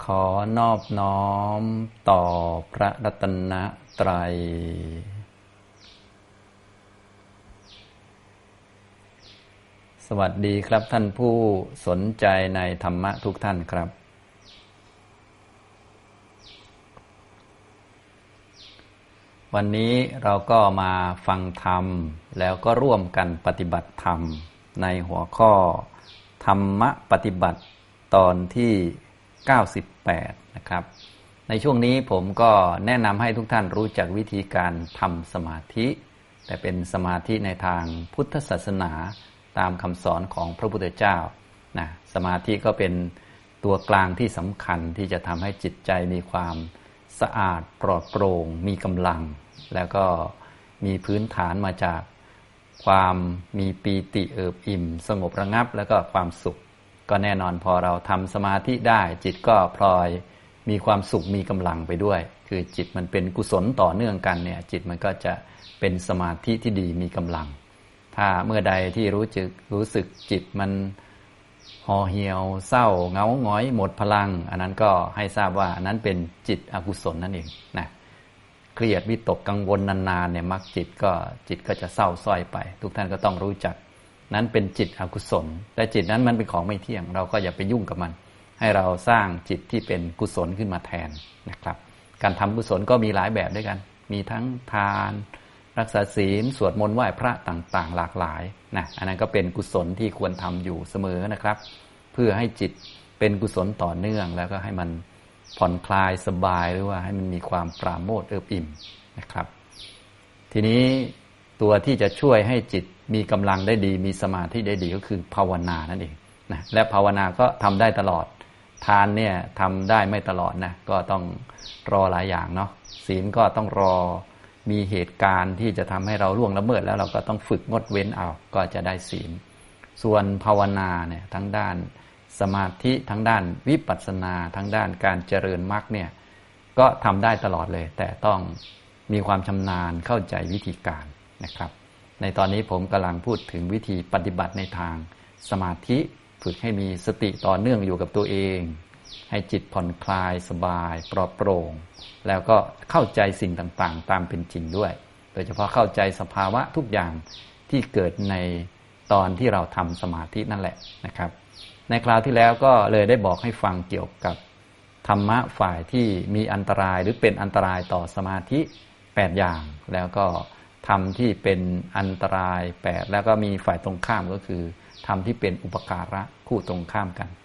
ขอนอบน้อมต่อพระรัตนตรัยสวัสดีครับท่านผู้สนใจในธรรมะทุกท่านครับวันนี้เราก็มาฟังธรรมแล้วก็ร่วมกันปฏิบัติธรรมในหัวข้อธรรมะปฏิบัติตอนที่98นะครับในช่วงนี้ผมก็แนะนำให้ทุกท่านรู้จักวิธีการทำสมาธิแต่เป็นสมาธิในทางพุทธศาสนาตามคำสอนของพระพุทธเจ้านะสมาธิก็เป็นตัวกลางที่สำคัญที่จะทำให้จิตใจมีความสะอาดปลอดโปร่งมีกำลังแล้วก็มีพื้นฐานมาจากความมีปีติเอิบอิ่มสงบระงับแล้วก็ความสุขก็แน่นอนพอเราทำสมาธิได้จิตก็พลอยมีความสุขมีกำลังไปด้วยคือจิตมันเป็นกุศลต่อเนื่องกันเนี่ยจิตมันก็จะเป็นสมาธิที่ดีมีกำลังถ้าเมื่อใดที่รู้สึกจิตมันห่อเหี่ยวเศร้าเหงาหงอยหมดพลังอันนั้นก็ให้ทราบว่าอันนั้นเป็นจิตอกุศลนั่นเองนะเครียดวิตกกังวลนานๆเนี่ยมักจิตก็จะเศร้าส้อยไปทุกท่านก็ต้องรู้จักนั้นเป็นจิตอกุศลแต่จิตนั้นมันเป็นของไม่เที่ยงเราก็อย่าไปยุ่งกับมันให้เราสร้างจิตที่เป็นกุศลขึ้นมาแทนนะครับการทำกุศลก็มีหลายแบบด้วยกันมีทั้งทานรักษาศีลสวดมนต์ไหว้พระต่างๆหลากหลายนะอันนั้นก็เป็นกุศลที่ควรทำอยู่เสมอนะครับเพื่อให้จิตเป็นกุศลต่อเนื่องแล้วก็ให้มันผ่อนคลายสบายหรือว่าให้มันมีความปราโมทย์เอิบอิ่มนะครับทีนี้ตัวที่จะช่วยให้จิตมีกำลังได้ดีมีสมาธิได้ดีก็คือภาวนานั่นเองนะและภาวนาก็ทำได้ตลอดทานเนี่ยทำได้ไม่ตลอดนะก็ต้องรอหลายอย่างเนาะศีลก็ต้องรอมีเหตุการณ์ที่จะทำให้เราล่วงละเมิดแล้วเราก็ต้องฝึกงดเว้นเอาก็จะได้ศีลส่วนภาวนาเนี่ยทั้งด้านสมาธิทั้งด้านวิปัสสนาทั้งด้านการเจริญมรรคเนี่ยก็ทำได้ตลอดเลยแต่ต้องมีความชำนาญเข้าใจวิธีการนะครับในตอนนี้ผมกำลังพูดถึงวิธีปฏิบัติในทางสมาธิฝึกให้มีสติต่อเนื่องอยู่กับตัวเองให้จิตผ่อนคลายสบายปลอดโปร่งแล้วก็เข้าใจสิ่งต่างๆตามเป็นจริงด้วยโดยเฉพาะเข้าใจสภาวะทุกอย่างที่เกิดในตอนที่เราทำสมาธินั่นแหละนะครับในคราวที่แล้วก็เลยได้บอกให้ฟังเกี่ยวกับธรรมะฝ่ายที่มีอันตรายหรือเป็นอันตรายต่อสมาธิ8อย่างแล้วก็ธรรมที่เป็นอันตราย8แล้วก็มีฝ่ายตรงข้ามก็คือธรรมที่เป็นอุปการะคู่ตรงข้ามกัน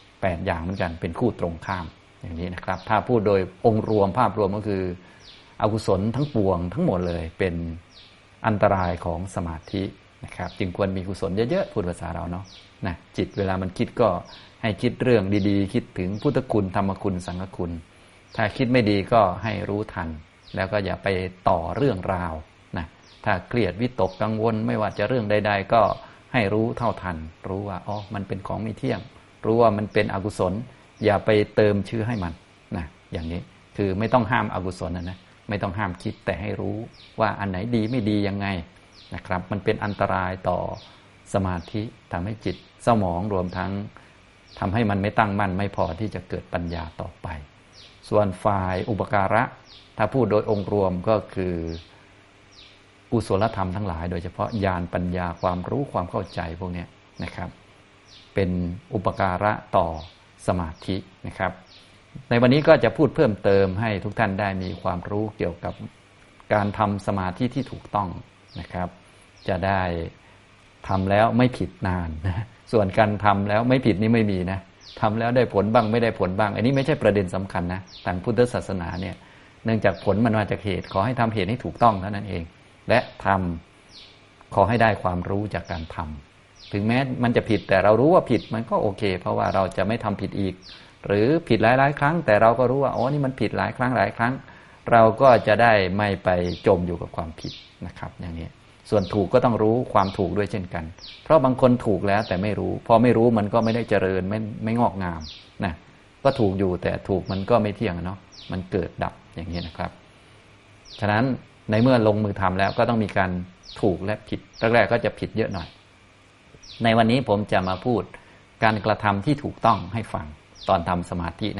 8อย่างเหมือนกันเป็นคู่ตรงข้ามอย่างนี้นะครับถ้าพูดโดยองค์รวมภาพรวมก็คืออกุศลทั้งปวงทั้งหมดเลยเป็นอันตรายของสมาธินะครับจึงควรมีกุศลเยอะๆพูดภาษาเราเนาะนะจิตเวลามันคิดก็ให้คิดเรื่องดีๆคิดถึงพุทธคุณธรรมคุณสังฆคุณถ้าคิดไม่ดีก็ให้รู้ทันแล้วก็อย่าไปต่อเรื่องราวนะถ้าเครียดวิตกกังวลไม่ว่าจะเรื่องใดๆก็ให้รู้เท่าทันรู้ว่าอ๋อมันเป็นของไม่เที่ยงรู้ว่ามันเป็นอกุศลอย่าไปเติมชื่อให้มันนะอย่างนี้คือไม่ต้องห้ามอกุศลนะไม่ต้องห้ามคิดแต่ให้รู้ว่าอันไหนดีไม่ดียังไงนะครับมันเป็นอันตรายต่อสมาธิทำให้จิตเศร้าหมองรวมทั้งทำให้มันไม่ตั้งมั่นไม่พอที่จะเกิดปัญญาต่อไปส่วนฝ่ายอุปการะถ้าพูดโดยองค์รวมก็คือกุศลธรรมทั้งหลายโดยเฉพาะญาณปัญญาความรู้ความเข้าใจพวกนี้นะครับเป็นอุปการะต่อสมาธินะครับในวันนี้ก็จะพูดเพิ่มเติมให้ทุกท่านได้มีความรู้เกี่ยวกับการทำสมาธิที่ถูกต้องนะครับจะได้ทำแล้วไม่ผิดนานนะส่วนการทำแล้วไม่ผิดนี่ไม่มีนะทำแล้วได้ผลบ้างไม่ได้ผลบ้างอันนี้ไม่ใช่ประเด็นสำคัญนะทางพุทธศาสนาเนี่ยเนื่องจากผลมันมาจากเหตุขอให้ทำเหตุให้ถูกต้องเท่านั้นเองและทำขอให้ได้ความรู้จากการทำถึงแม้มันจะผิดแต่เรารู้ว่าผิดมันก็โอเคเพราะว่าเราจะไม่ทำผิดอีกหรือผิดหลายๆครั้งแต่เราก็รู้ว่าอ๋อนี่มันผิดหลายครั้งเราก็จะได้ไม่ไปจมอยู่กับความผิดนะครับอย่างนี้ส่วนถูกก็ต้องรู้ความถูกด้วยเช่นกันเพราะบางคนถูกแล้วแต่ไม่รู้พอไม่รู้มันก็ไม่ได้เจริญไม่งอกงามนะก็ถูกอยู่แต่ถูกมันก็ไม่เที่ยงเนาะมันเกิดดับอย่างนี้นะครับฉะนั้นในเมื่อลงมือทำแล้วก็ต้องมีการถูกและผิดแรกๆก็จะผิดเยอะหน่อยในวันนี้ผมจะมาพูดการกระทำที่ถูกต้องให้ฟังตอนทำสมาธินะ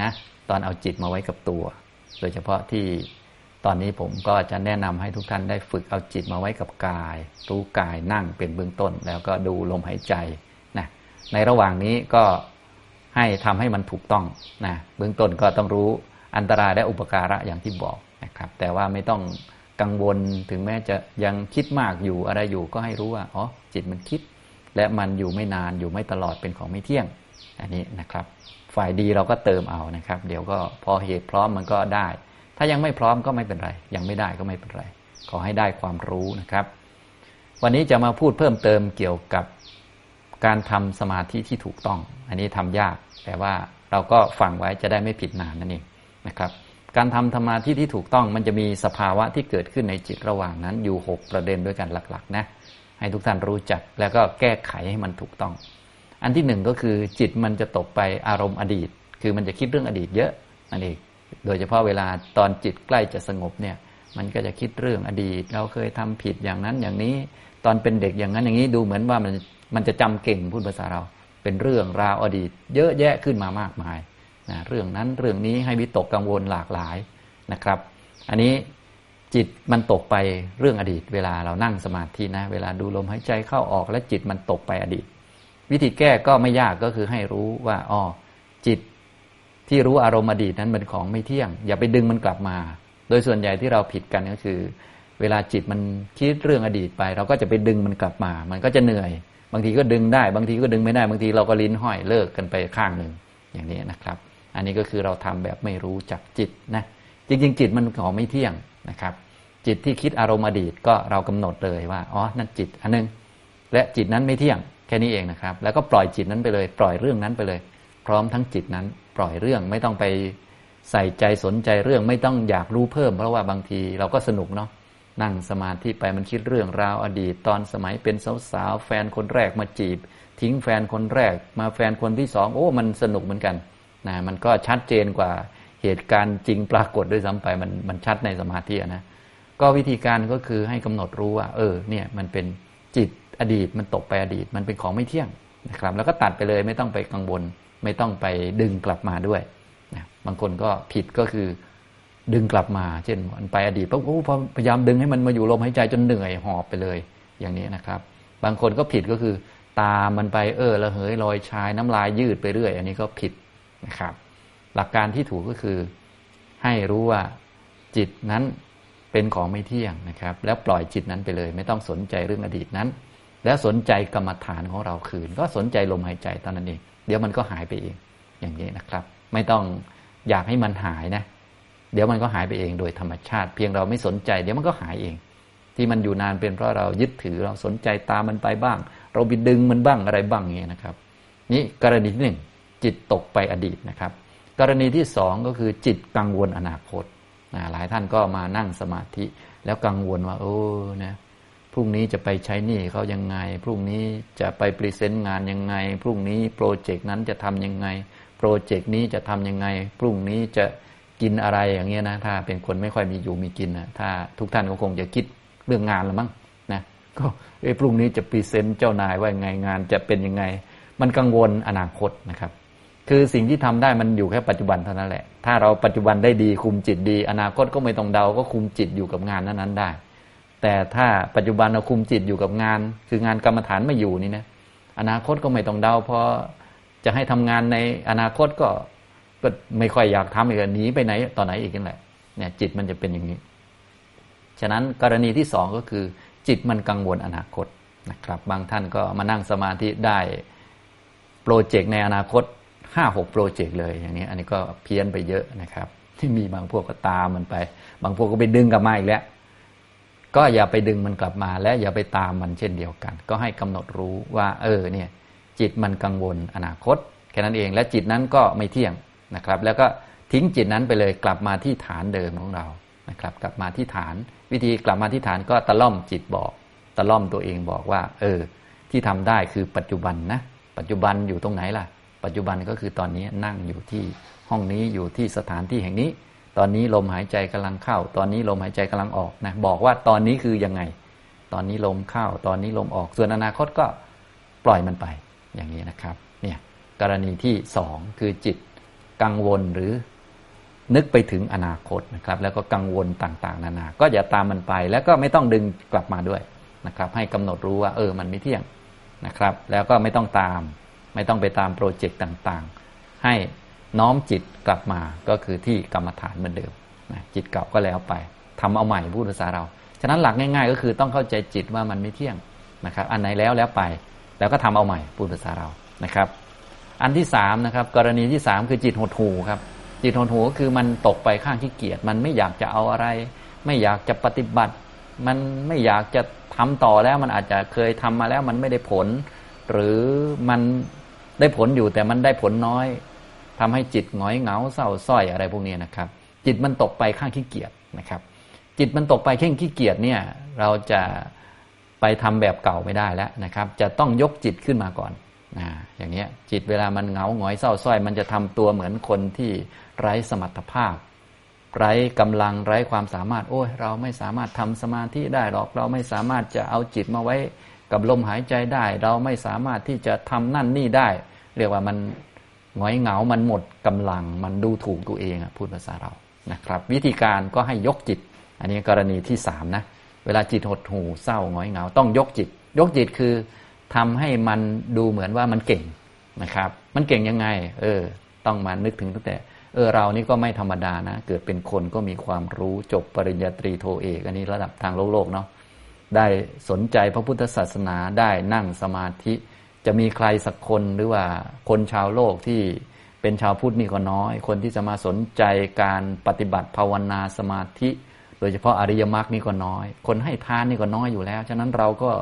ตอนเอาจิตมาไว้กับตัวโดยเฉพาะที่ตอนนี้ผมก็จะแนะนำให้ทุกท่านได้ฝึกเอาจิตมาไว้กับกายรู้กายนั่งเป็นเบื้องต้นแล้วก็ดูลมหายใจนะในระหว่างนี้ก็ให้ทำให้มันถูกต้องนะเบื้องต้นก็ต้องรู้อันตรายและอุปการะอย่างที่บอกนะครับแต่ว่าไม่ต้องกังวลถึงแม้จะยังคิดมากอยู่อะไรอยู่ก็ให้รู้ว่าอ๋อจิตมันคิดและมันอยู่ไม่นานอยู่ไม่ตลอดเป็นของไม่เที่ยงอันนี้นะครับฝ่ายดีเราก็เติมเอานะครับเดี๋ยวก็พอเหตุพร้อมมันก็ได้ถ้ายังไม่พร้อมก็ไม่เป็นไรยังไม่ได้ก็ไม่เป็นไรขอให้ได้ความรู้นะครับวันนี้จะมาพูดเพิ่มเติมเกี่ยวกับการทำสมาธิที่ถูกต้องอันนี้ทำยากแต่ว่าเราก็ฟังไว้จะได้ไม่ผิดนานนั่นเองนะครับการทำสมาธิที่ถูกต้องมันจะมีสภาวะที่เกิดขึ้นในจิตระหว่างนั้นอยู่6ประเด็นด้วยกันหลักๆนะให้ทุกท่านรู้จักแล้วก็แก้ไขให้มันถูกต้องอันที่1ก็คือจิตมันจะตกไปอารมณ์อดีตคือมันจะคิดเรื่องอดีตเยอะนั่นเองโดยเฉพาะเวลาตอนจิตใกล้จะสงบเนี่ยมันก็จะคิดเรื่องอดีตเราเคยทำผิดอย่างนั้นอย่างนี้ตอนเป็นเด็กอย่างนั้นอย่างนี้ดูเหมือนว่ามันจะจำเก่งพูดภาษาเราเป็นเรื่องราวอดีตเยอะแยะขึ้นมามากมายนะเรื่องนั้นเรื่องนี้ให้วิตกกังวลหลากหลายนะครับอันนี้จิตมันตกไปเรื่องอดีตเวลาเรานั่งสมาธินะเวลาดูลมหายใจเข้าออกและจิตมันตกไปอดีตวิธีแก้ก็ไม่ยากก็คือให้รู้ว่าอ๋อจิตที่รู้อารมณ์อดีตนั้นเป็นของไม่เที่ยงอย่าไปดึงมันกลับมาโดยส่วนใหญ่ที่เราผิดกันก็คือเวลาจิตมันคิดเรื่องอดีตไปเราก็จะไปดึงมันกลับมามันก็จะเหนื่อยบางทีก็ดึงได้บางทีก็ดึงไม่ได้บางทีเราก็ลิ้นห้อยเลิกกันไปข้างหนึ่งอย่างนี้นะครับอันนี้ก็คือเราทำแบบไม่รู้จักจิตนะจริงๆจิตมันของไม่เที่ยงนะครับจิตที่คิดอารมณ์อดีตก็เรากำหนดเลยว่าอ๋อนั่นจิตอันนึงและจิตนั้นไม่เที่ยงแค่นี้เองนะครับแล้วก็ปล่อยจิตนั้นไปเลยปล่อยเรื่องนั้นไปเลยพร้อมทั้งจิตนั้นปล่อยเรื่องไม่ต้องไปใส่ใจสนใจเรื่องไม่ต้องอยากรู้เพิ่มเพราะว่าบางทีเราก็สนุกเนาะนั่งสมาธิไปมันคิดเรื่องราวอดีตตอนสมัยเป็นสาวๆแฟนคนแรกมาจีบทิ้งแฟนคนแรกมาแฟนคนที่สองโอ้มันสนุกเหมือนกันนะมันก็ชัดเจนกว่าเหตุการณ์จริงปรากฏด้วยซ้ำไปมันชัดในสมาธินะก็วิธีการก็คือให้กำหนดรู้ว่าเนี่ยมันเป็นจิตอดีตมันตกไปอดีตมันเป็นของไม่เที่ยงนะครับแล้วก็ตัดไปเลยไม่ต้องไปกังวลไม่ต้องไปดึงกลับมาด้วยนะบางคนก็ผิดก็คือดึงกลับมาเช่นมันไปอดีตปุ๊บพยายามดึงให้มันมาอยู่ลมหายใจจนเหนื่อยหอบไปเลยอย่างนี้นะครับบางคนก็ผิดก็คือตามมันไประเหยลอยชายน้ำลายยืดไปเรื่อยอันนี้ก็ผิดนะครับหลักการที่ถูกก็คือให้รู้ว่าจิตนั้นเป็นของไม่เที่ยงนะครับแล้วปล่อยจิตนั้นไปเลยไม่ต้องสนใจเรื่องอดีตนั้นแล้วสนใจกรรมฐานของเราคืนก็สนใจลมหายใจตอนนั้นเองเดี๋ยวมันก็หายไปเองอย่างนี้นะครับไม่ต้องอยากให้มันหายนะเดี๋ยวมันก็หายไปเองโดยธรรมชาติเพียงเราไม่สนใจเดี๋ยวมันก็หายเองที่มันอยู่นานเป็นเพราะเรายึดถือเราสนใจตามมันไปบ้างเราไปดึงมันบ้างอะไรบ้างอย่างนี้นะครับนี่กรณีที่ 1จิตตกไปอดีตนะครับกรณีที่ 2ก็คือจิตกังวลอนาคตหลายท่านก็มานั่งสมาธิแล้วกังวลว่านะพรุ่งนี้จะไปใช้หนี้เขายังไงพรุ่งนี้จะไปพรีเซนต์งานยังไงพรุ่งนี้โปรเจกต์นั้นจะทำยังไงโปรเจกต์นี้จะทำยังไงพรุ่งนี้จะกินอะไรอย่างเงี้ยนะถ้าเป็นคนไม่ค่อยมีอยู่มีกินนะถ้าทุกท่านก็คงจะคิดเรื่องงานละมั้งนะก็พรุ่งนี้จะพรีเซนต์เจ้านายว่ายังไงงานจะเป็นยังไงมันกังวลอนาคตนะครับคือสิ่งที่ทำได้มันอยู่แค่ปัจจุบันเท่านั้นแหละถ้าเราปัจจุบันได้ดีคุมจิตดีอนาคตก็ไม่ต้องเดาก็คุมจิตอยู่กับงานนั้นๆได้แต่ถ้าปัจจุบันเราคุมจิตอยู่กับงานคืองานกรรมฐานไม่อยู่นี่นะอนาคตก็ไม่ต้องเดาพอจะให้ทำงานในอนาคตก็ไม่ค่อยอยากทำอีกหนีไปไหนตอนไหนอีกนั่นแหละเนี่ยจิตมันจะเป็นอย่างนี้ฉะนั้นกรณีที่2ก็คือจิตมันกังวลอนาคตนะครับบางท่านก็มานั่งสมาธิได้โปรเจกต์ในอนาคต 5-6 โปรเจกต์เลยอย่างนี้อันนี้ก็เพี้ยนไปเยอะนะครับที่มีบางพวกก็ตามมันไปบางพวกก็ไปดึงกลับมาอีกแล้วก็อย่าไปดึงมันกลับมาและอย่าไปตามมันเช่นเดียวกันก็ให้กำหนดรู้ว่าเนี่ยจิตมันกังวลอนาคตแค่นั้นเองและจิตนั้นก็ไม่เที่ยงนะครับแล้วก็ทิ้งจิตนั้นไปเลยกลับมาที่ฐานเดิมของเรานะครับกลับมาที่ฐานวิธีกลับมาที่ฐานก็ตะล่อมจิตบอกตะล่อมตัวเองบอกว่าที่ทำได้คือปัจจุบันนะปัจจุบันอยู่ตรงไหนล่ะปัจจุบันก็คือตอนนี้นั่งอยู่ที่ห้องนี้อยู่ที่สถานที่แห่งนี้ตอนนี้ลมหายใจกำลังเข้าตอนนี้ลมหายใจกำลังออกนะบอกว่าตอนนี้คือยังไงตอนนี้ลมเข้าตอนนี้ลมออกส่วนอนาคตก็ปล่อยมันไปอย่างนี้นะครับเนี่ยกรณีที่2คือจิตกังวลหรือนึกไปถึงอนาคตนะครับแล้วก็กังวลต่างๆนานาก็อย่าตามมันไปแล้วก็ไม่ต้องดึงกลับมาด้วยนะครับให้กำหนดรู้ว่ามันไม่เที่ยงนะครับแล้วก็ไม่ต้องตามไม่ต้องไปตามโปรเจกต์ต่างๆให้น้อมจิตกลับมาก็คือที่กรรมฐานเหมือนเดิมนะจิตเก่าก็แล้วไปทำเอาใหม่พูดภาษาเราฉะนั้นหลักง่ายๆก็คือต้องเข้าใจจิตว่ามันไม่เที่ยงนะครับอันไหนแล้วไปแล้วก็ทำเอาใหม่พูดภาษาเรานะครับอันที่3นะครับกรณีที่3คือจิตหดหู่ครับจิตหดหู่ก็คือมันตกไปข้างขี้เกียจมันไม่อยากจะเอาอะไรไม่อยากจะปฏิบัติมันไม่อยากจะทำต่อแล้วมันอาจจะเคยทำมาแล้วมันไม่ได้ผลหรือมันได้ผลอยู่แต่มันได้ผลน้อยทำให้จิตหงอยเหงาเศร้าส้อยอะไรพวกนี้นะครับจิตมันตกไปข้างขี้เกียจนะครับจิตมันตกไปข้างขี้เกียจเนี่ยเราจะไปทำแบบเก่าไม่ได้แล้วนะครับจะต้องยกจิตขึ้นมาก่อนอย่างนี้จิตเวลามันเหงาหงอยเศร้าส้อยมันจะทำตัวเหมือนคนที่ไร้สมรรถภาพไร้กำลังไร้ความสามารถเราไม่สามารถทำสมาธิได้หรอกเราไม่สามารถจะเอาจิตมาไว้กับลมหายใจได้เราไม่สามารถที่จะทำนั่นนี่ได้เรียกว่ามันหงอยเหงามันหมดกำลังมันดูถูกตัวเองพูดภาษาเรานะครับวิธีการก็ให้ยกจิตอันนี้กรณีที่3นะเวลาจิตหดหู่เศร้าหงอยเหงาต้องยกจิตยกจิตคือทำให้มันดูเหมือนว่ามันเก่งนะครับมันเก่งยังไงต้องมานึกถึงตั้งแต่เรานี่ก็ไม่ธรรมดานะเกิดเป็นคนก็มีความรู้จบปริญญาตรีโทเอกอันนี้ระดับทางโลกเนาะได้สนใจพระพุทธศาสนาได้นั่งสมาธิจะมีใครสักคนหรือว่าคนชาวโลกที่เป็นชาวพุทธนี่ก็น้อยคนที่จะมาสนใจการปฏิบัติภาวนาสมาธิโดยเฉพาะอริยมรรคนี่ก็น้อยคนให้ทานนี่ก็น้อยอยู่แล้วฉะนั้นเราก็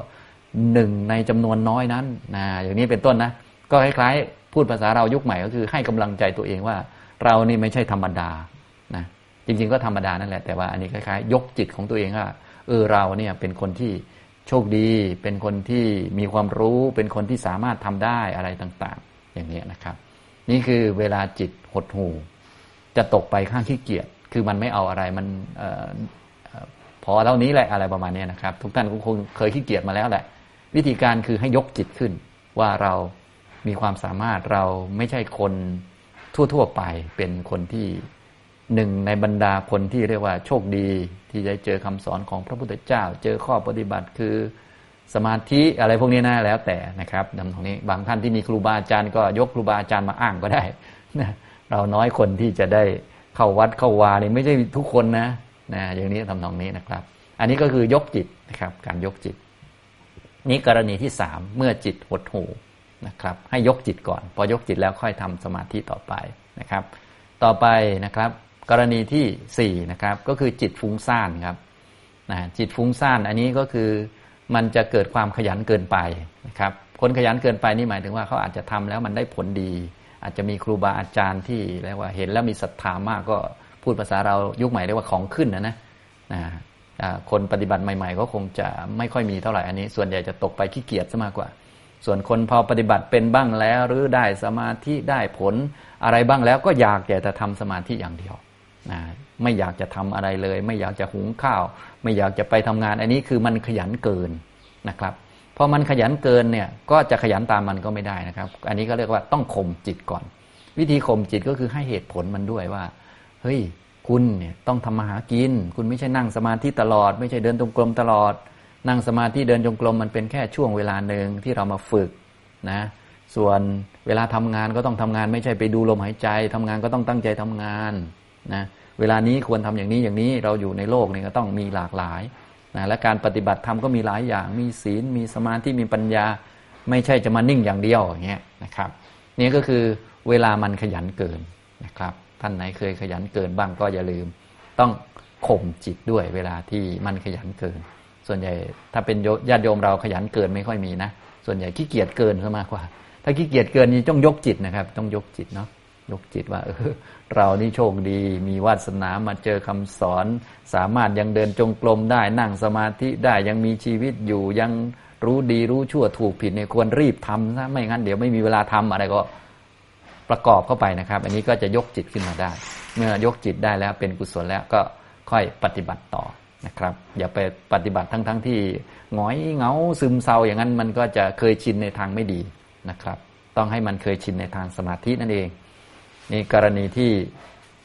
1ในจำนวนน้อยนั้นอย่างนี้เป็นต้นนะก็คล้ายๆพูดภาษาเรายุคใหม่ก็คือให้กำลังใจตัวเองว่าเรานี่ไม่ใช่ธรรมดานะจริงๆก็ธรรมดานั่นแหละแต่ว่าอันนี้คล้ายๆยกจิตของตัวเองว่าเราเนี่ยเป็นคนที่โชคดีเป็นคนที่มีความรู้เป็นคนที่สามารถทำได้อะไรต่างๆอย่างนี้นะครับนี่คือเวลาจิตหดหู่จะตกไปข้างขี้เกียจคือมันไม่เอาอะไรมันพอเท่านี้แหละอะไรประมาณนี้นะครับทุกท่านคงเคยขี้เกียจมาแล้วแหละวิธีการคือให้ยกจิตขึ้นว่าเรามีความสามารถเราไม่ใช่คนทั่วๆไปเป็นคนที่1ในบรรดาคนที่เรียกว่าโชคดีที่ได้เจอคำสอนของพระพุทธเจ้าเจอข้อปฏิบัติคือสมาธิอะไรพวกนี้นะแล้วแต่นะครับดังนี้บางท่านที่มีครูบาอาจารย์ก็ยกครูบาอาจารย์มาอ้างก็ได้นะเราน้อยคนที่จะได้เข้าวัดเข้าวานี่ไม่ใช่ทุกคนนะอย่างนี้ทำนองนี้นะครับอันนี้ก็คือยกจิตนะครับการยกจิตนี้กรณีที่3เมื่อจิตหดหู่นะครับให้ยกจิตก่อนพอยกจิตแล้วค่อยทำสมาธิต่อไปนะครับต่อไปนะครับกรณีที่4นะครับก็คือจิตฟุ้งซ่านครับจิตฟุ้งซ่านอันนี้ก็คือมันจะเกิดความขยันเกินไปนะครับคนขยันเกินไปนี่หมายถึงว่าเขาอาจจะทำแล้วมันได้ผลดีอาจจะมีครูบาอาจารย์ที่เรียกว่าเห็นแล้วมีศรัทธามากก็พูดภาษาเรายุคใหม่เรียกว่าของขึ้นนะคนปฏิบัติใหม่ๆก็คงจะไม่ค่อยมีเท่าไหร่อันนี้ส่วนใหญ่จะตกไปขี้เกียจซะมากกว่าส่วนคนพอปฏิบัติเป็นบ้างแล้วหรือได้สมาธิได้ผลอะไรบ้างแล้วก็อยากจะทำสมาธิอย่างเดียวไม่อยากจะทำอะไรเลยไม่อยากจะหุงข้าวไม่อยากจะไปทำงานอันนี้คือมันขยันเกินนะครับพอมันขยันเกินเนี่ยก็จะขยันตามมันก็ไม่ได้นะครับอันนี้ก็เรียกว่าต้องข่มจิตก่อนวิธีข่มจิตก็คือให้เหตุผลมันด้วยว่าเฮ้ยคุณเนี่ยต้องทำมาหากินคุณไม่ใช่นั่งสมาธิตลอดไม่ใช่เดินจงกรมตลอดนั่งสมาธิเดินจงกรมมันเป็นแค่ช่วงเวลาหนึ่งที่เรามาฝึกนะส่วนเวลาทำงานก็ต้องทำงานไม่ใช่ไปดูลมหายใจทำงานก็ต้องตั้งใจทำงานนะเวลานี้ควรทำอย่างนี้อย่างนี้เราอยู่ในโลกนี่ก็ต้องมีหลากหลายนะและการปฏิบัติธรรมก็มีหลายอย่างมีศีลมีสมาธิมีปัญญาไม่ใช่จะมานิ่งอย่างเดียวอย่างเงี้ยนะครับนี่ก็คือเวลามันขยันเกินนะครับท่านไหนเคยขยันเกินบ้างก็อย่าลืมต้องข่มจิตด้วยเวลาที่มันขยันเกินส่วนใหญ่ถ้าเป็นญาติโยมเราขยันเกินไม่ค่อยมีนะส่วนใหญ่ขี้เกียจเกินซะมากกว่าถ้าขี้เกียจเกินนี่ต้องยกจิตนะครับต้องยกจิตเนาะยกจิตว่าเรานี่โชคดีมีวาสนามาเจอคำสอนสามารถยังเดินจงกรมได้นั่งสมาธิได้ยังมีชีวิตอยู่ยังรู้ดีรู้ชั่วถูกผิดเนี่ยควรรีบทำนะไม่งั้นเดี๋ยวไม่มีเวลาทำอะไรก็ประกอบเข้าไปนะครับอันนี้ก็จะยกจิตขึ้นมาได้เมื่อยกจิตได้แล้วเป็นกุศลแล้วก็ค่อยปฏิบัติต่อนะครับอย่าไปปฏิบัติทั้งที่หงอยเหงาซึมเศร้าอย่างนั้นมันก็จะเคยชินในทางไม่ดีนะครับต้องให้มันเคยชินในทางสมาธินั่นเองนี่กรณีที่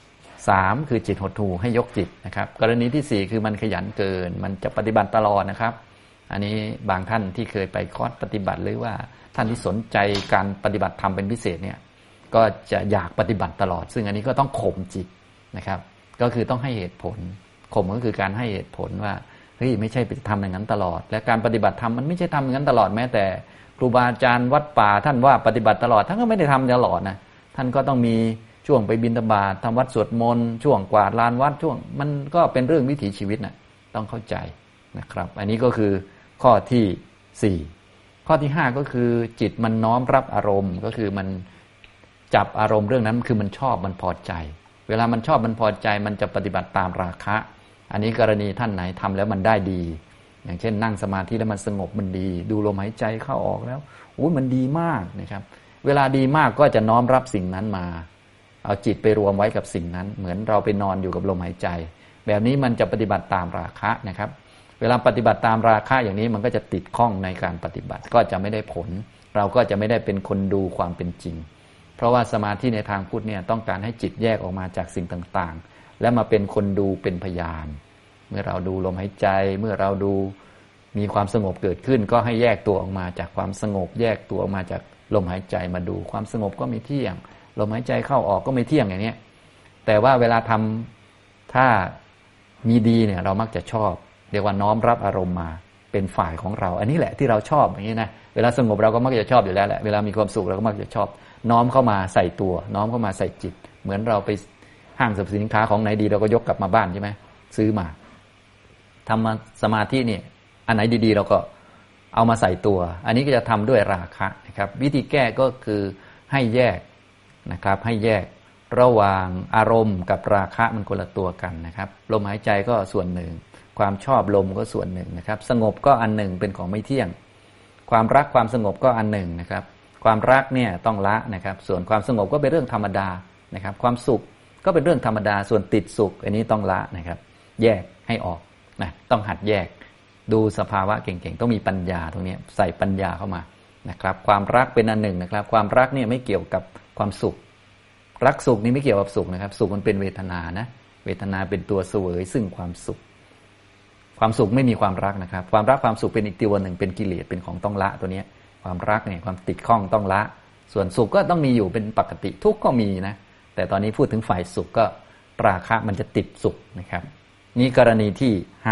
3คือจิตหดหู่ให้ยกจิตนะครับกรณีที่4คือมันขยันเกินมันจะปฏิบัติตลอดนะครับอันนี้บางท่านที่เคยไปคอร์สปฏิบัติหรือว่าท่านที่สนใจการปฏิบัติธรรมเป็นพิเศษเนี่ยก็จะอยากปฏิบัติตลอดซึ่งอันนี้ก็ต้องข่มจิตนะครับก็คือต้องให้เหตุผลข่มก็คือการให้เหตุผลว่าเฮ้ยไม่ใช่ไปทำอย่างนั้นตลอดและการปฏิบัติธรรมมันไม่ใช่ทำอย่างนั้นตลอดแม้แต่ครูบาอาจารย์วัดป่าท่านว่าปฏิบัติตลอดท่านก็ไม่ได้ทำตลอดนะท่านก็ต้องมีช่วงไปบิณฑบาตทำวัดสวดมนต์ช่วงกวาดลานวัดช่วงมันก็เป็นเรื่องวิถีชีวิตนะต้องเข้าใจนะครับอันนี้ก็คือข้อที่4ข้อที่5ก็คือจิตมันน้อมรับอารมณ์ก็คือมันจับอารมณ์เรื่องนั้นคือมันชอบมันพอใจเวลามันชอบมันพอใจมันจะปฏิบัติตามราคะอันนี้กรณีท่านไหนทำแล้วมันได้ดีอย่างเช่นนั่งสมาธิแล้วมันสงบมันดีดูลมหายใจเข้าออกแล้วมันดีมากนะครับเวลาดีมากก็จะน้อมรับสิ่งนั้นมาเอาจิตไปรวมไว้กับสิ่งนั้นเหมือนเราไปนอนอยู่กับลมหายใจแบบนี้มันจะปฏิบัติตามราคะนะครับเวลาปฏิบัติตามราคะอย่างนี้มันก็จะติดข้องในการปฏิบัติก็จะไม่ได้ผลเราก็จะไม่ได้เป็นคนดูความเป็นจริงเพราะว่าสมาธิในทางพุทธเนี่ยต้องการให้จิตแยกออกมาจากสิ่งต่างๆและมาเป็นคนดูเป็นพยานเมื่อเราดูลมหายใจเมื่อเราดูมีความสงบเกิดขึ้นก็ให้แยกตัวออกมาจากความสงบแยกตัวออกมาจากลมหายใจมาดูความสงบก็ไม่เที่ยงลมหายใจเข้าออกก็ไม่เที่ยงอย่างนี้แต่ว่าเวลาทำถ้ามีดีเนี่ยเรามักจะชอบเรียกว่าน้อมรับอารมณ์มาเป็นฝ่ายของเราอันนี้แหละที่เราชอบอย่างนี้นะเวลาสงบเราก็มักจะชอบอยู่แล้วแหละเวลามีความสุขเราก็มักจะชอบน้อมเข้ามาใส่ตัวน้อมเข้ามาใส่จิตเหมือนเราไปห้างสรรพสินค้าของไหนดีเราก็ยกกลับมาบ้านใช่ไหมซื้อมาทำสมาธิเนี่ยอันไหนดีๆเราก็เอามาใส่ตัวอันนี้ก็จะทำด้วยราคะนะครับวิธีแก้ก็คือให้แยกนะครับให้แยกระหว่างอารมณ์กับราคะมันคนละตัวกันนะครับลมหายใจก็ส่วนหนึ่งความชอบลมก็ส่วนหนึ่งนะครับสงบก็อันหนึ่งเป็นของไม่เที่ยงความรักความสงบก็อันหนึ่งนะครับความรักเนี่ยต้องละนะครับส่วนความสงบก็เป็นเรื่องธรรมดานะครับความสุขก็เป็นเรื่องธรรมดาส่วนติดสุขอันนี้ต้องละนะครับแยกให้ออกนะต้องหัดแยกดูสภาวะเก่งๆต้องมีปัญญาตรงนี้ใส่ปัญญาเข้ามานะครับความรักเป็นอันหนึ่งนะครับความรักเนี่ยไม่เกี่ยวกับความสุขรักสุขนี่ไม่เกี่ยวกับสุขนะครับสุขมันเป็นเวทนานะเวทนาเป็นตัวเสวยซึ่งความสุขความสุขไม่มีความรักนะครับความรักความสุขเป็นอีกตัวหนึ่งเป็นกิเลสเป็นของต้องละตัวนี้ความรักเนี่ยความติดข้องต้องละส่วนสุขก็ต้องมีอยู่เป็นปกติทุกข์ก็มีนะแต่ตอนนี้พูดถึงฝ่ายสุขก็ราคะมันจะติดสุขนะครับนี่กรณีที่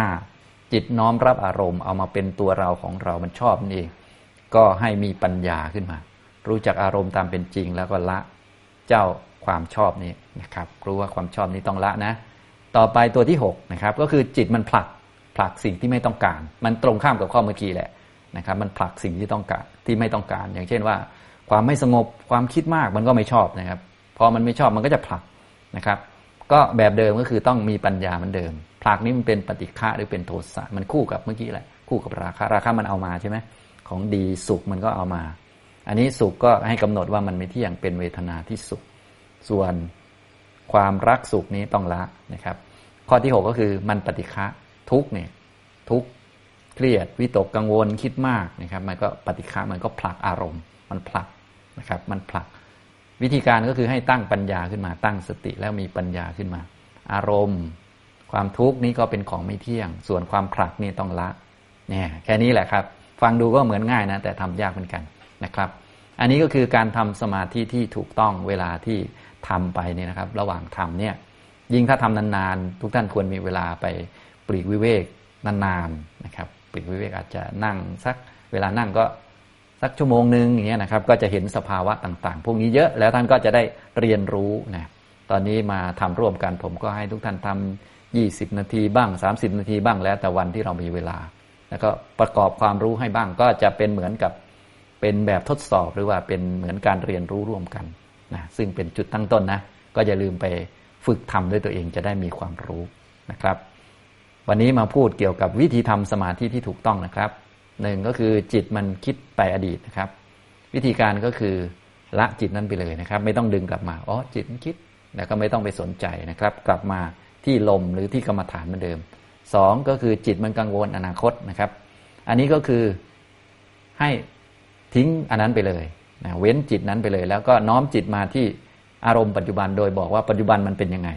5จิตน้อมรับอารมณ์เอามาเป็นตัวเราของเรามันชอบนั่นเองก็ให้มีปัญญาขึ้นมารู้จักอารมณ์ตามเป็นจริงแล้วก็ละเจ้าความชอบนี้นะครับรู้ว่าความชอบนี้ต้องละนะต่อไปตัวที่6นะครับก็คือจิตมันผลักสิ่งที่ไม่ต้องการมันตรงข้ามกับข้อเมื่อกี้แหละนะครับมันผลักสิ่งที่ต้องการที่ไม่ต้องการอย่างเช่นว่าความไม่สงบความคิดมากมันก็ไม่ชอบนะครับพอมันไม่ชอบมันก็จะผลักนะครับก็แบบเดิมก็คือต้องมีปัญญาเหมือนเดิมผลักนี้มันเป็นปฏิฆะหรือเป็นโทสะมันคู่กับเมื่อกี้แหละคู่กับราคะมันเอามาใช่ไหมของดีสุขมันก็เอามาอันนี้สุขก็ให้กำหนดว่ามันไม่เที่ยงเป็นเวทนาที่สุขส่วนความรักสุขนี้ต้องละนะครับข้อที่6ก็คือมันปฏิฆะทุกเนี่ยทุกเครียดวิตกกังวลคิดมากนะครับมันก็ปฏิฆะมันก็ผลักอารมณ์มันผลักนะครับมันผลักวิธีการก็คือให้ตั้งปัญญาขึ้นมาตั้งสติแล้วมีปัญญาขึ้นมาอารมณ์ความทุกข์นี้ก็เป็นของไม่เที่ยงส่วนความผลักนี่ต้องละเนี่ยแค่นี้แหละครับฟังดูก็เหมือนง่ายนะแต่ทำยากเหมือนกันนะครับอันนี้ก็คือการทำสมาธิที่ถูกต้องเวลาที่ทำไปเนี่ยนะครับระหว่างทำเนี่ยยิ่งถ้าทำนานๆทุกท่านควรมีเวลาไปปลีกวิเวกนานๆนะครับปลีกวิเวกอาจจะนั่งสักเวลานั่งก็สักชั่วโมงนึงอย่างเงี้ยนะครับก็จะเห็นสภาวะต่างๆพวกนี้เยอะแล้วท่านก็จะได้เรียนรู้นะตอนนี้มาทำร่วมกันผมก็ให้ทุกท่านทำ20นาทีบ้าง30นาทีบ้างแล้วแต่วันที่เรามีเวลาแล้วก็ประกอบความรู้ให้บ้างก็จะเป็นเหมือนกับเป็นแบบทดสอบหรือว่าเป็นเหมือนการเรียนรู้ร่วมกันนะซึ่งเป็นจุดตั้งต้นนะก็อย่าลืมไปฝึกทำด้วยตัวเองจะได้มีความรู้นะครับวันนี้มาพูดเกี่ยวกับวิธีทำสมาธิที่ถูกต้องนะครับ1ก็คือจิตมันคิดไปอดีตนะครับวิธีการก็คือละจิตนั้นไปเลยนะครับไม่ต้องดึงกลับมาจิตมันคิดแล้วก็ไม่ต้องไปสนใจนะครับกลับมาที่ลมหรือที่กรรมฐานเหมือนเดิม2ก็คือจิตมันกังวลอนาคตนะครับอันนี้ก็คือให้ทิ้งอันนั้นไปเลยนะเว้นจิตนั้นไปเลยแล้วก็น้อมจิตมาที่อารมณ์ปัจจุบันโดยบอกว่าปัจจุบันมันเป็นยังไง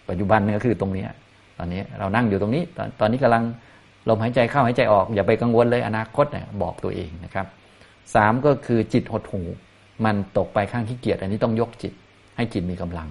ปัจจุบันนี่ก็คือตรงนี้ตอนนี้เรานั่งอยู่ตรงนี้ตอนนี้กำลังลมหายใจเข้าหายใจออกอย่าไปกังวลเลยอนาคตเนี่ยบอกตัวเองนะครับ3ก็คือจิตหดหู่มันตกไปข้างขี้เกียจอันนี้ต้องยกจิตให้จิตมีกำลัง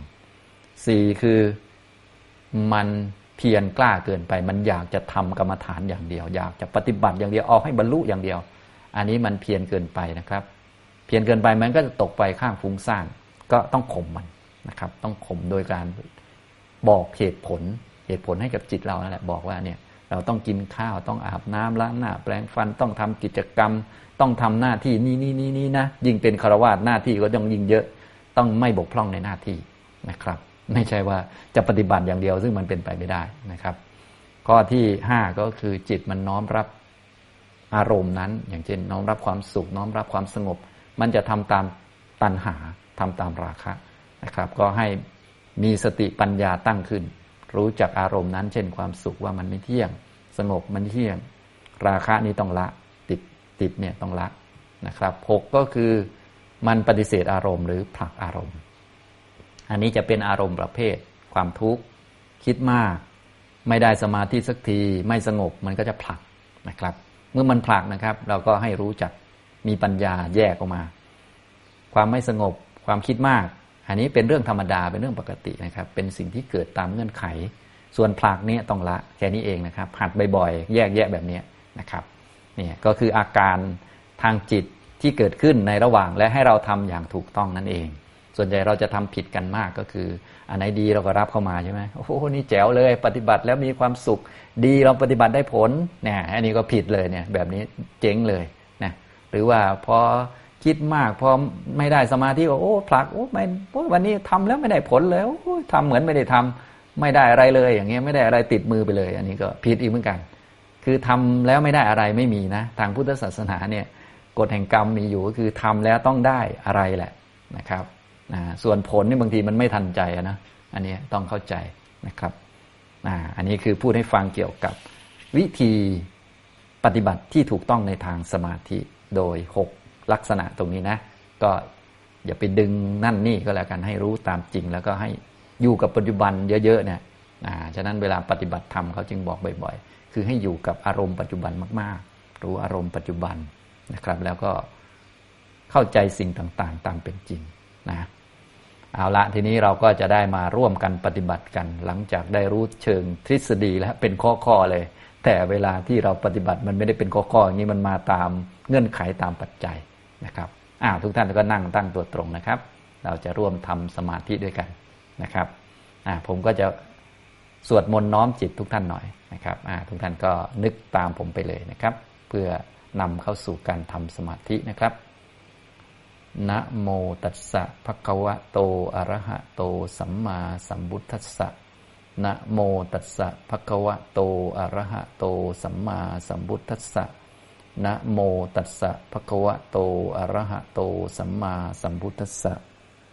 4คือมันเพียรกล้าเกินไปมันอยากจะทำกรรมฐานอย่างเดียวอยากจะปฏิบัติอย่างเดียวเอาให้บรรลุอย่างเดียวอันนี้มันเพียรเกินไปนะครับเพียรเกินไปมันก็จะตกไปข้างฟุ้งซ่านก็ต้องข่มมันนะครับต้องข่มโดยการบอกเหตุผลให้กับจิตเรานั่นแหละบอกว่าเนี่ยเราต้องกินข้าวต้องอาบน้ำล้างหน้าแปรงฟันต้องทำกิจกรรมต้องทำหน้าที่นี่นะยิ่งเป็นฆราวาสหน้าที่ก็ต้องยิ่งเยอะต้องไม่บกพร่องในหน้าที่นะครับไม่ใช่ว่าจะปฏิบัติอย่างเดียวซึ่งมันเป็นไปไม่ได้นะครับข้อที่5ก็คือจิตมันน้อมรับอารมณ์นั้นอย่างเช่นน้อมรับความสุขน้อมรับความสงบมันจะทำตามตัณหาทำตามราคะนะครับก็ให้มีสติปัญญาตั้งขึ้นรู้จักอารมณ์นั้นเช่นความสุขว่ามันไม่เที่ยงสงบมันเที่ยงราคะนี้ต้องละติดเนี่ยต้องละนะครับ6ก็คือมันปฏิเสธอารมณ์หรือผลักอารมณ์อันนี้จะเป็นอารมณ์ประเภทความทุกข์คิดมากไม่ได้สมาธิสักทีไม่สงบมันก็จะผลักนะครับเมื่อมันผลักนะครับเราก็ให้รู้จักมีปัญญาแยกออกมาความไม่สงบความคิดมากอันนี้เป็นเรื่องธรรมดาเป็นเรื่องปกตินะครับเป็นสิ่งที่เกิดตามเงื่อนไขส่วนผลักนี้ต้องละแค่นี้เองนะครับหัดบ่อยๆแยกแยะแบบนี้นะครับนี่ก็คืออาการทางจิตที่เกิดขึ้นในระหว่างและให้เราทำอย่างถูกต้องนั่นเองส่วนใหญ่เราจะทำผิดกันมากก็คืออันไหนดีเราก็รับเข้ามาใช่ไหมโอ้โหนี่แจ๋วเลยปฏิบัติแล้วมีความสุขดีเราปฏิบัติได้ผลเนี่ยอันนี้ก็ผิดเลยเนี่ยแบบนี้เจ๊งเลยนะหรือว่าพอคิดมากพอไม่ได้สมาธิโอ้ผลักโอ้ไม่วันนี้ทำแล้วไม่ได้ผลเลยโอ้ทำเหมือนไม่ได้ทำไม่ได้อะไรเลยอย่างเงี้ยไม่ได้อะไรติดมือไปเลยอันนี้ก็ผิดอีกเหมือนกันคือทำแล้วไม่ได้อะไรไม่มีนะทางพุทธศาสนาเนี่ยกฎแห่งกรรมมีอยู่ก็คือทำแล้วต้องได้อะไรแหละนะครับส่วนผลนี่บางทีมันไม่ทันใจนะอันนี้ต้องเข้าใจนะครับอันนี้คือพูดให้ฟังเกี่ยวกับวิธีปฏิบัติที่ถูกต้องในทางสมาธิโดย6ลักษณะตรงนี้นะก็อย่าไปดึงนั่นนี่ก็แล้วกันให้รู้ตามจริงแล้วก็ให้อยู่กับปัจจุบันเยอะๆเนี่ยฉะนั้นเวลาปฏิบัติธรรมเขาจึงบอกบ่อยๆคือให้อยู่กับอารมณ์ปัจจุบันมากๆรู้อารมณ์ปัจจุบันนะครับแล้วก็เข้าใจสิ่งต่างๆตามเป็นจริงนะเอาละทีนี้เราก็จะได้มาร่วมกันปฏิบัติกันหลังจากได้รู้เชิงทฤษฎีแล้วเป็นข้อๆเลยแต่เวลาที่เราปฏิบัติมันไม่ได้เป็นข้อๆอย่างนี้มันมาตามเงื่อนไขตามปัจจัยนะครับทุกท่านก็นั่งตั้งตัวตรงนะครับเราจะร่วมทำสมาธิด้วยกันนะครับผมก็จะสวดมนต์น้อมจิตทุกท่านหน่อยนะครับทุกท่านก็นึกตามผมไปเลยนะครับเพื่อนำเข้าสู่การทำสมาธินะครับนะโมตัสสะภะคะวะโตอะระหะโตสัมมาสัมพุทธัสสะนะโมตัสสะภะคะวะโตอะระหะโตสัมมาสัมพุทธัสสะนะโมตัสสะภะคะวะโตอะระหะโตสัมมาสัมพุทธัสสะ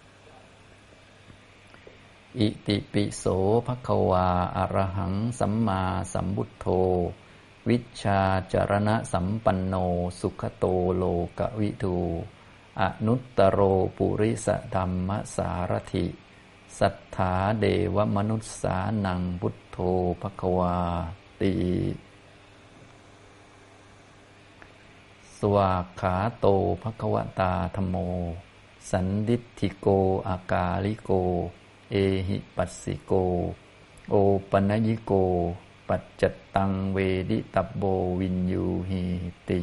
อิติปิโสภะคะวาอะระหังสัมมาสัมพุทโธวิชชาจรณะสัมปันโนสุขโตโลกวิทูอนุตตโรปุริสธัมมสารถิสัทธาเดวมนุสสานังพุทโธภควาติสวากขาโตภควตาธัมโมสันดิทธิโกอากาลิโกเอหิปัสสิโกโอปนยิโกปัจจตังเวดิตัปโบวินยูหิติ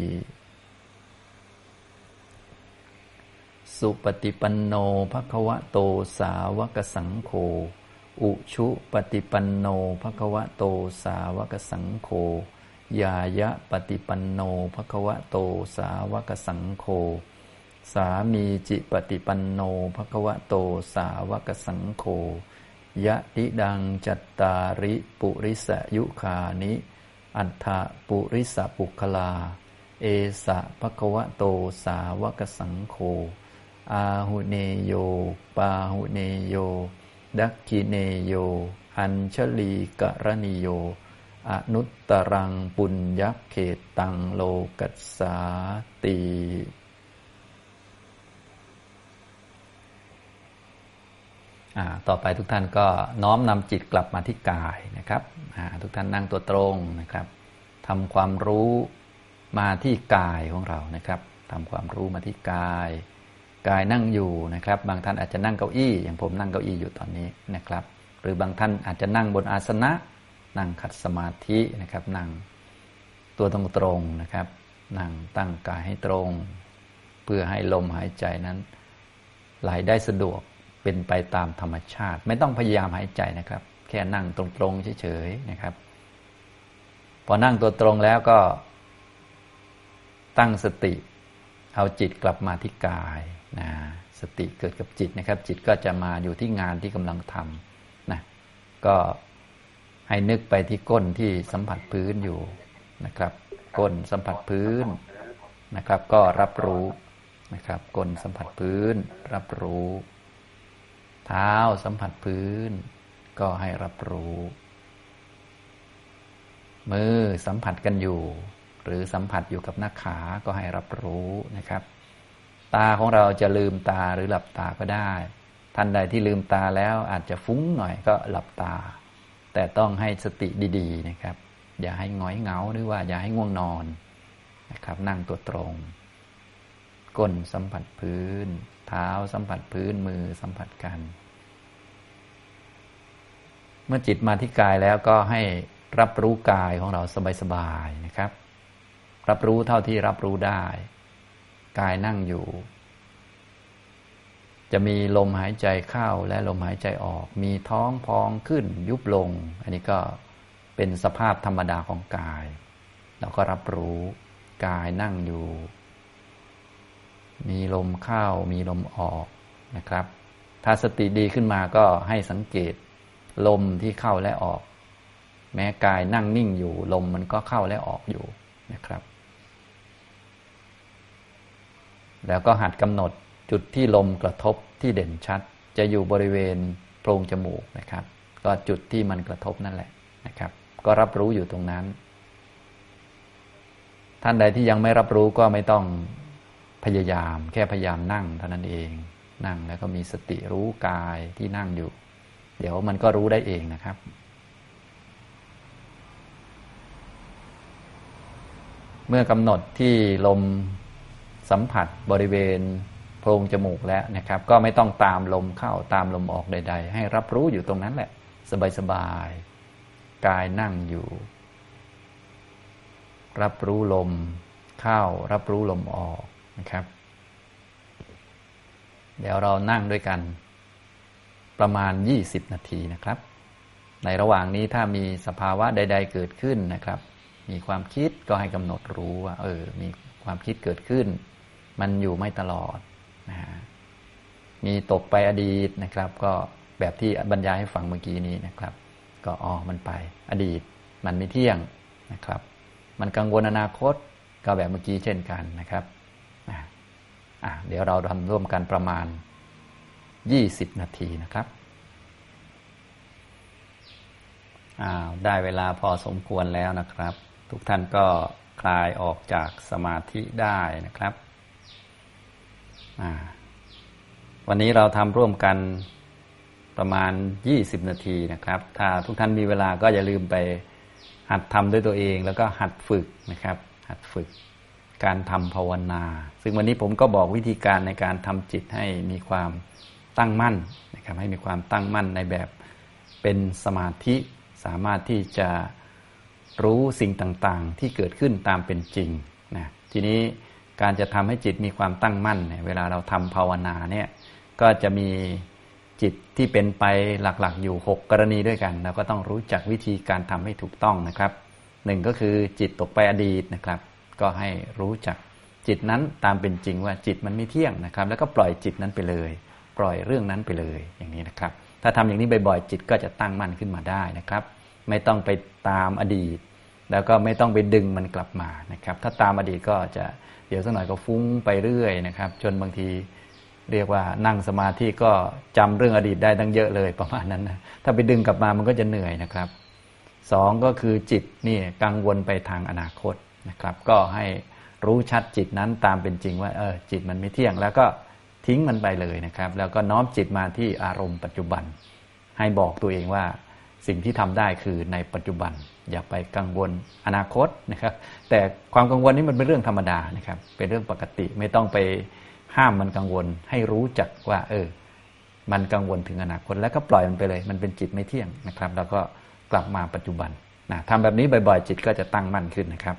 สุปฏิปันโนภควโตสาวกสังโฆอุชุปฏิปันโนภควโตสาวกสังโฆยายะปฏิปันโนภควโตสาวกสังโฆสามีจิปฏิปันโนภควโตสาวกสังโฆยะติดังจัตตาริปุริสยุคานิอัฏฐปุริสปุคคลาเอสะภควโตสาวกสังโฆอาหุเนโยปาหุเนโยดักขิเนโยอัญชลีกรณิโยอนุตตรังปุญญเขตังโลกัสสาติต่อไปทุกท่านก็น้อมนำจิตกลับมาที่กายนะครับทุกท่านนั่งตัวตรงนะครับทำความรู้มาที่กายของเรานะครับทำความรู้มาที่กายกายนั่งอยู่นะครับบางท่านอาจจะนั่งเก้าอี้อย่างผมนั่งเก้าอี้อยู่ตอนนี้นะครับหรือบางท่านอาจจะนั่งบนอาสนะนั่งขัดสมาธินะครับนั่งตัวตรงๆนะครับนั่งตั้งกายให้ตรงเพื่อให้ลมหายใจนั้นไหลได้สะดวกเป็นไปตามธรรมชาติไม่ต้องพยายามหายใจนะครับแค่นั่งตรงๆเฉยๆนะครับพอนั่งตัวตรงแล้วก็ตั้งสติเอาจิตกลับมาที่กายนะสติเกิดกับจิตนะครับจิตก็จะมาอยู่ที่งานที่กำลังทำนะก็ให้นึกไปที่ก้นที่สัมผัสพื้นอยู่นะครับก้นสัมผัสพื้นนะครับก็รับรู้นะครับก้นสัมผัสพื้นรับรู้เท้าสัมผัสพื้นก็ให้รับรู้มือสัมผัสกันอยู่หรือสัมผัสอยู่กับหน้าขาก็ให้รับรู้นะครับตาของเราจะลืมตาหรือหลับตาก็ได้ท่านใดที่ลืมตาแล้วอาจจะฟุ้งหน่อยก็หลับตาแต่ต้องให้สติดีๆนะครับอย่าให้หงอยเหงาหรือว่าอย่าให้ง่วงนอนนะครับนั่งตัวตรงก้นสัมผัสพื้นเท้าสัมผัสพื้นมือสัมผัสกันเมื่อจิตมาที่กายแล้วก็ให้รับรู้กายของเราสบายๆนะครับรับรู้เท่าที่รับรู้ได้กายนั่งอยู่จะมีลมหายใจเข้าและลมหายใจออกมีท้องพองขึ้นยุบลงอันนี้ก็เป็นสภาพธรรมดาของกายเราก็รับรู้กายนั่งอยู่มีลมเข้ามีลมออกนะครับถ้าสติดีขึ้นมาก็ให้สังเกตลมที่เข้าและออกแม้กายนั่งนิ่งอยู่ลมมันก็เข้าและออกอยู่นะครับแล้วก็หัดกำหนดจุดที่ลมกระทบที่เด่นชัดจะอยู่บริเวณโพรงจมูกนะครับก็จุดที่มันกระทบนั่นแหละนะครับก็รับรู้อยู่ตรงนั้นท่านใดที่ยังไม่รับรู้ก็ไม่ต้องพยายามแค่พยายามนั่งเท่านั้นเองนั่งแล้วก็มีสติรู้กายที่นั่งอยู่เดี๋ยวมันก็รู้ได้เองนะครับเมื่อกำหนดที่ลมสัมผัสบริเวณโพรงจมูกแล้วนะครับก็ไม่ต้องตามลมเข้าตามลมออกใดๆให้รับรู้อยู่ตรงนั้นแหละสบายๆกายนั่งอยู่รับรู้ลมเข้ารับรู้ลมออกนะครับเดี๋ยวเรานั่งด้วยกันประมาณ20นาทีนะครับในระหว่างนี้ถ้ามีสภาวะใดๆเกิดขึ้นนะครับมีความคิดก็ให้กำหนดรู้ว่ามีความคิดเกิดขึ้นมันอยู่ไม่ตลอดนะฮะมีตกไปอดีตนะครับก็แบบที่บรรยายให้ฟังเมื่อกี้นี้นะครับก็มันไปอดีตมันไม่เที่ยงนะครับมันกังวลอนาคตก็แบบเมื่อกี้เช่นกันนะครับเดี๋ยวเราทำร่วมกันประมาณ20นาทีนะครับได้เวลาพอสมควรแล้วนะครับทุกท่านก็คลายออกจากสมาธิได้นะครับวันนี้เราทำร่วมกันประมาณ20นาทีนะครับถ้าทุกท่านมีเวลาก็อย่าลืมไปหัดทำด้วยตัวเองแล้วก็หัดฝึกนะครับหัดฝึกการทำภาวนาซึ่งวันนี้ผมก็บอกวิธีการในการทำจิตให้มีความตั้งมั่นนะครับให้มีความตั้งมั่นในแบบเป็นสมาธิสามารถที่จะรู้สิ่งต่างๆที่เกิดขึ้นตามเป็นจริงนะทีนี้การจะทำให้จิตมีความตั้งมั่นเนี่ยเวลาเราทำภาวนาเนี่ยก็จะมีจิตที่เป็นไปหลักๆอยู่6กรณีด้วยกันเราก็ต้องรู้จักวิธีการทำให้ถูกต้องนะครับ1ก็คือจิตตกไปอดีตนะครับก็ให้รู้จักจิตนั้นตามเป็นจริงว่าจิตมันไม่เที่ยงนะครับแล้วก็ปล่อยจิตนั้นไปเลยปล่อยเรื่องนั้นไปเลยอย่างนี้นะครับถ้าทำอย่างนี้บ่อยๆจิตก็จะตั้งมั่นขึ้นมาได้นะครับไม่ต้องไปตามอดีตแล้วก็ไม่ต้องไปดึงมันกลับมานะครับถ้าตามอดีตก็จะเดี๋ยวสักหน่อยก็ฟุ้งไปเรื่อยนะครับจนบางทีเรียกว่านั่งสมาธิก็จำเรื่องอดีตได้ตั้งเยอะเลยประมาณนั้นนะถ้าไปดึงกลับมามันก็จะเหนื่อยนะครับ2ก็คือจิตนี่กังวลไปทางอนาคตนะครับก็ให้รู้ชัดจิตนั้นตามเป็นจริงว่าจิตมันไม่เที่ยงแล้วก็ทิ้งมันไปเลยนะครับแล้วก็น้อมจิตมาที่อารมณ์ปัจจุบันให้บอกตัวเองว่าสิ่งที่ทำได้คือในปัจจุบันอย่าไปกังวลอนาคตนะครับแต่ความกังวลนี้มันเป็นเรื่องธรรมดานะครับเป็นเรื่องปกติไม่ต้องไปห้ามมันกังวลให้รู้จักว่ามันกังวลถึงอนาคตแล้วก็ปล่อยมันไปเลยมันเป็นจิตไม่เที่ยงนะครับแล้วก็กลับมาปัจจุบันนะทำแบบนี้บ่อยๆจิตก็จะตั้งมั่นขึ้นนะครับ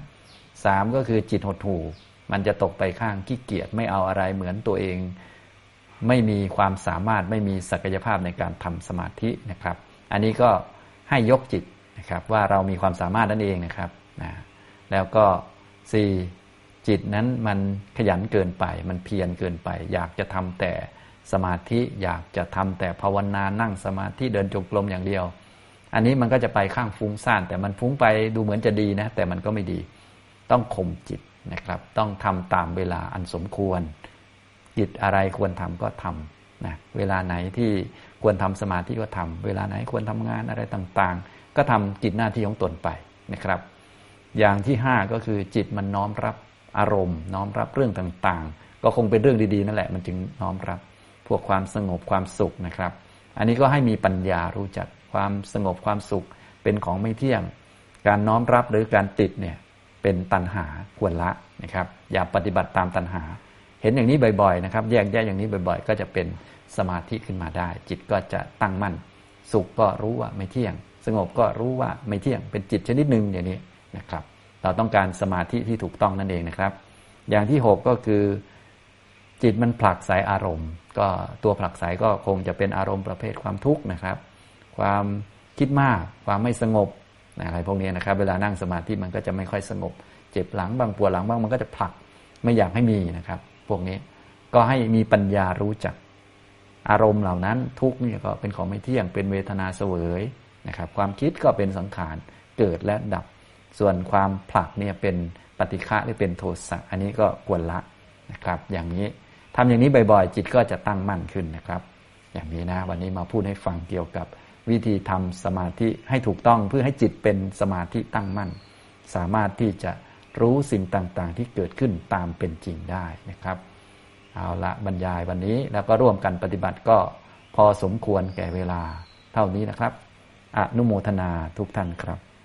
3ก็คือจิตหดหู่มันจะตกไปข้างขี้เกียจไม่เอาอะไรเหมือนตัวเองไม่มีความสามารถไม่มีศักยภาพในการทำสมาธินะครับอันนี้ก็ให้ยกจิตนะครับว่าเรามีความสามารถนั่นเองนะครับนะแล้วก็4จิตนั้นมันขยันเกินไปมันเพียรเกินไปอยากจะทำแต่สมาธิอยากจะทำแต่ภาวนานั่งสมาธิเดินจงกรมอย่างเดียวอันนี้มันก็จะไปข้างฟุ้งซ่านแต่มันฟุ้งไปดูเหมือนจะดีนะแต่มันก็ไม่ดีต้องข่มจิตนะครับต้องทำตามเวลาอันสมควรจิตอะไรควรทำก็ทำนะเวลาไหนที่ควรทำสมาธิก็ทำเวลาไหนควรทำงานอะไรต่างๆก็ทำกิจหน้าที่ของตนไปนะครับอย่างที่5ก็คือจิตมันน้อมรับอารมณ์น้อมรับเรื่องต่างๆก็คงเป็นเรื่องดีๆนั่นแหละมันจึงน้อมรับพวกความสงบความสุขนะครับอันนี้ก็ให้มีปัญญารู้จักความสงบความสุขเป็นของไม่เที่ยงการน้อมรับหรือการติดเนี่ยเป็นตัณหาควรละนะครับอย่าปฏิบัติตามตัณหาเห็นอย่างนี้บ่อยๆนะครับแยกแยะอย่างนี้บ่อยๆก็จะเป็นสมาธิขึ้นมาได้จิตก็จะตั้งมั่นสุขก็รู้ว่าไม่เที่ยงสงบก็รู้ว่าไม่เที่ยงเป็นจิตชนิดหนึ่งอย่างนี้นะครับเราต้องการสมาธิที่ถูกต้องนั่นเองนะครับอย่างที่6ก็คือจิตมันผลักไสอารมณ์ก็ตัวผลักไสก็คงจะเป็นอารมณ์ประเภทความทุกข์นะครับความคิดมากความไม่สงบอะไรพวกนี้นะครับเวลานั่งสมาธิมันก็จะไม่ค่อยสงบเจ็บหลังบ้างปวดหลังบ้างมันก็จะผลักไม่อยากให้มีนะครับพวกนี้ก็ให้มีปัญญารู้จักอารมณ์เหล่านั้นทุกข์นี่ก็เป็นของไม่เที่ยงเป็นเวทนาเสวยนะครับความคิดก็เป็นสังขารเกิดและดับส่วนความผลักเนี่ยเป็นปฏิฆะหรือเป็นโทสะอันนี้ก็ควรละนะครับอย่างนี้ทำอย่างนี้บ่อยๆจิตก็จะตั้งมั่นขึ้นนะครับอย่างนี้นะวันนี้มาพูดให้ฟังเกี่ยวกับวิธีทำสมาธิให้ถูกต้องเพื่อให้จิตเป็นสมาธิตั้งมั่นสามารถที่จะรู้สิ่งต่างๆที่เกิดขึ้นตามเป็นจริงได้นะครับเอาละบรรยายวันนี้แล้วก็ร่วมกันปฏิบัติก็พอสมควรแก่เวลาเท่านี้นะครับอนุโมทนาทุกท่านครับ